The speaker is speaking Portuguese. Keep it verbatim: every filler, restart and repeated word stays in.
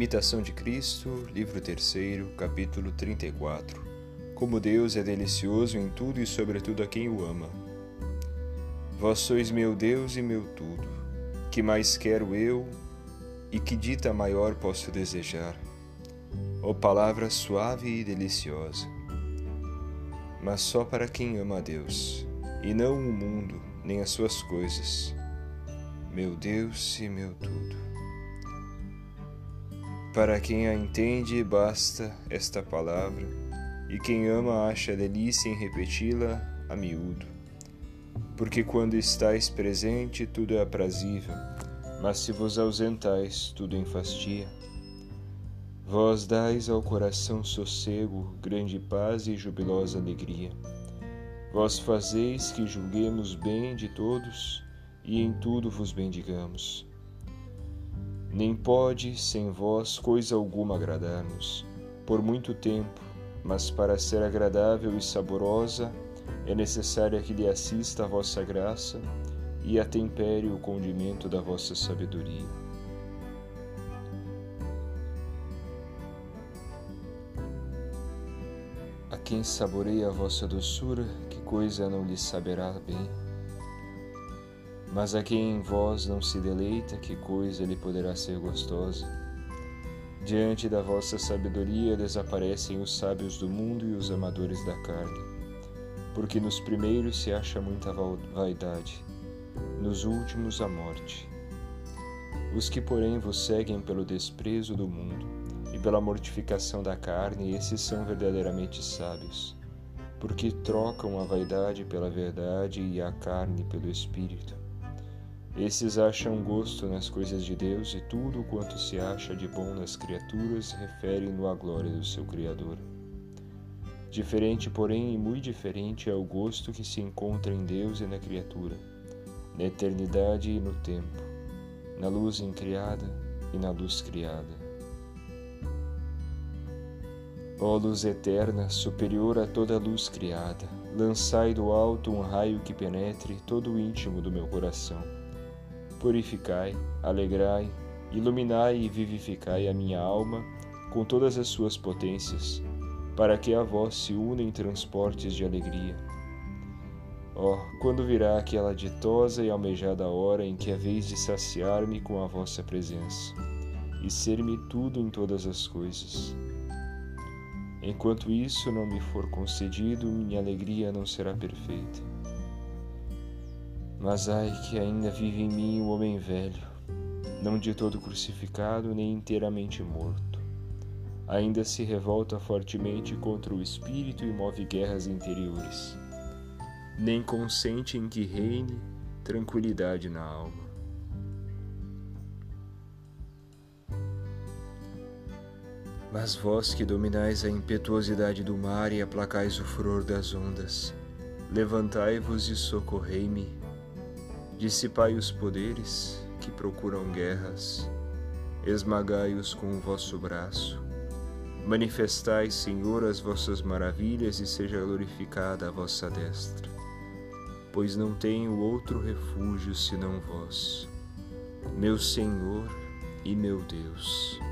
Imitação de Cristo, livro terceiro, capítulo trinta e quatro. Como Deus é delicioso em tudo e sobretudo a quem o ama. Vós sois meu Deus e meu tudo. Que mais quero eu e que dita maior posso desejar? Ó palavra suave e deliciosa. Mas só para quem ama a Deus, e não o mundo, nem as suas coisas. Meu Deus e meu tudo. Para quem a entende, basta esta palavra, e quem ama acha delícia em repeti-la a miúdo. Porque quando estáis presente, tudo é aprazível, mas se vos ausentais, tudo enfastia. Vós dais ao coração sossego, grande paz e jubilosa alegria. Vós fazeis que julguemos bem de todos, e em tudo vos bendigamos. Nem pode, sem vós, coisa alguma agradar-nos, por muito tempo, mas para ser agradável e saborosa, é necessária que lhe assista a vossa graça e atempere o condimento da vossa sabedoria. A quem saboreia a vossa doçura, que coisa não lhe saberá bem? Mas a quem em vós não se deleita, que coisa lhe poderá ser gostosa? Diante da vossa sabedoria desaparecem os sábios do mundo e os amadores da carne, porque nos primeiros se acha muita vaidade, nos últimos a morte. Os que, porém, vos seguem pelo desprezo do mundo e pela mortificação da carne, esses são verdadeiramente sábios, porque trocam a vaidade pela verdade e a carne pelo espírito. Esses acham gosto nas coisas de Deus e tudo quanto se acha de bom nas criaturas refere-no à glória do seu Criador. Diferente, porém, e muito diferente é o gosto que se encontra em Deus e na criatura, na eternidade e no tempo, na luz incriada e na luz criada. Ó luz eterna, superior a toda luz criada, lançai do alto um raio que penetre todo o íntimo do meu coração. Purificai, alegrai, iluminai e vivificai a minha alma com todas as suas potências, para que a vós se una em transportes de alegria. Ó, oh, quando virá aquela ditosa e almejada hora em que haveis de saciar-me com a vossa presença, e ser-me tudo em todas as coisas. Enquanto isso não me for concedido, minha alegria não será perfeita. Mas ai que ainda vive em mim o homem velho, não de todo crucificado nem inteiramente morto. Ainda se revolta fortemente contra o espírito e move guerras interiores. Nem consente em que reine tranquilidade na alma. Mas vós que dominais a impetuosidade do mar e aplacais o furor das ondas, levantai-vos e socorrei-me. Dissipai os poderes que procuram guerras, esmagai-os com o vosso braço. Manifestai, Senhor, as vossas maravilhas e seja glorificada a vossa destra, pois não tenho outro refúgio senão vós, meu Senhor e meu Deus.